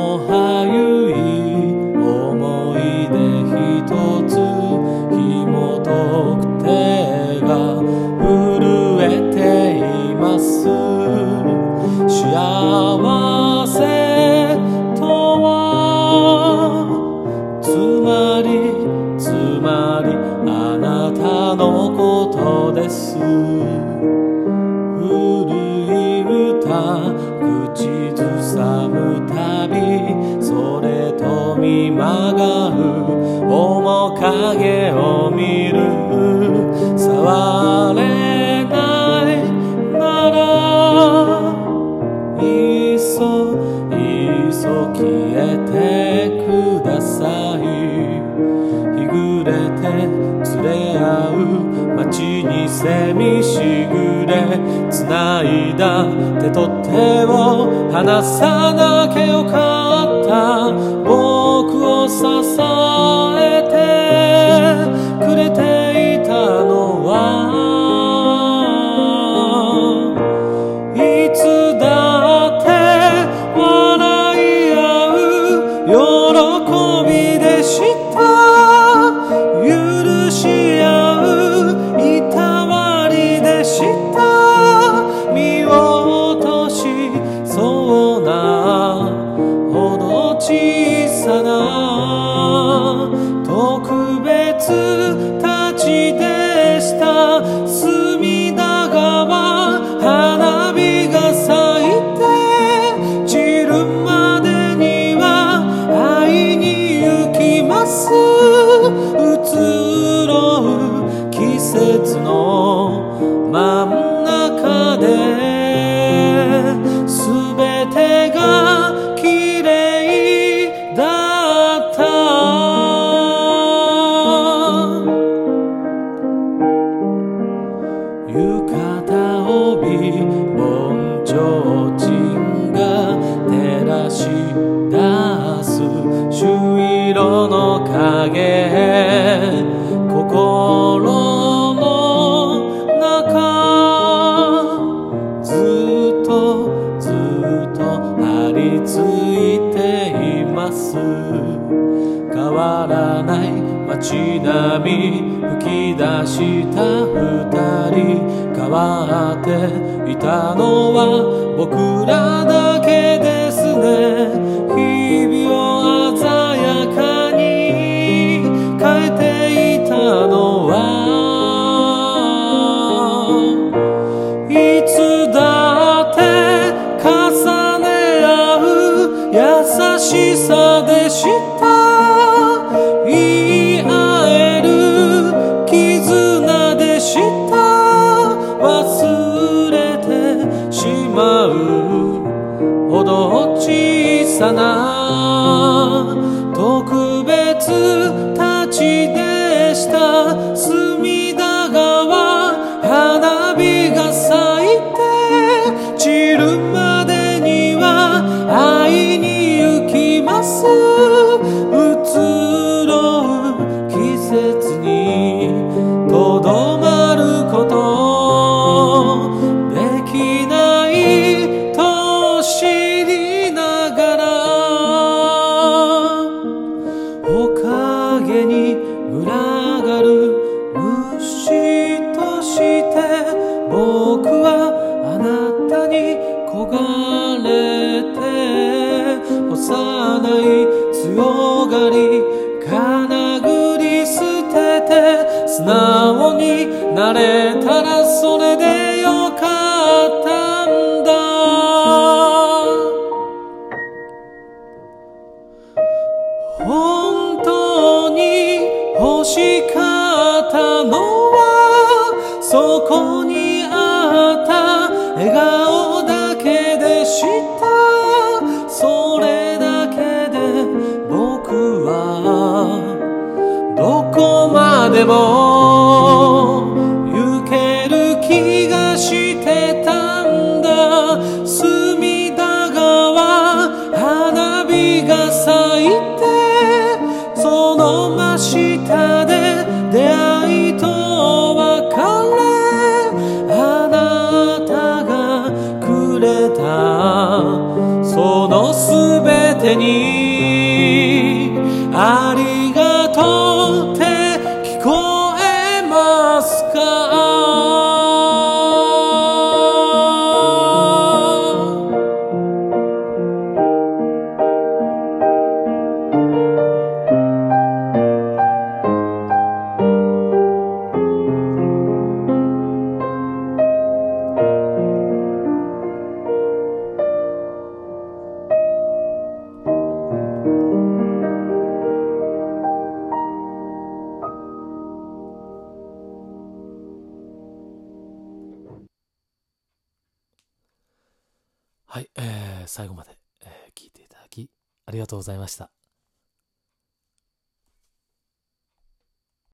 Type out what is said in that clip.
のはゆい思い出一つ紐解く手が震えています。幸せとはつまりあなたのことです。古い歌口ずさむたびそれと見まがう面影を見る。触れないならいっそ消えてください。日暮れて連れ合う街にせみしぐれ繋いだ手と手を離さなきゃよかった。僕を支えてくれていたのはいつだって笑い合う喜びでした。許し合ういたわりでした。見落としそうなほど小さな特別たちでした。隅田川花火が咲いて散るまでには会いに行きます。移ろう季節の真ん中で全てが綺麗だった。浴衣帯盆提灯が照らし出す朱色の影、心の中ずっと張り付いています。変わらない街並み吹き出した二人、変わっていたのは僕らだけですね。日々を鮮やかに変えていたのはいつだって重ね合う優しさでした。言い合える絆でした。忘れてしまうほど小さな特別たちでした。隅田川花火が咲いて散るまでには会いに行きます。移ろう季節にとどまることできないと知りながら、木陰に群がる虫として僕はあなたに焦がれて、幼い強がり金繰り捨てて素直になれたらそれでよかったんだ。本当に欲しかったのはそこにあった笑顔だけでした。それだけで僕はどこまでも行ける気がしてたんだ。隅田川花火が咲いてその真下で出会いと別れ、あなたがくれたそのすべべてにありがとうって聞こえますか？はい、最後まで、聞いていただきありがとうございました。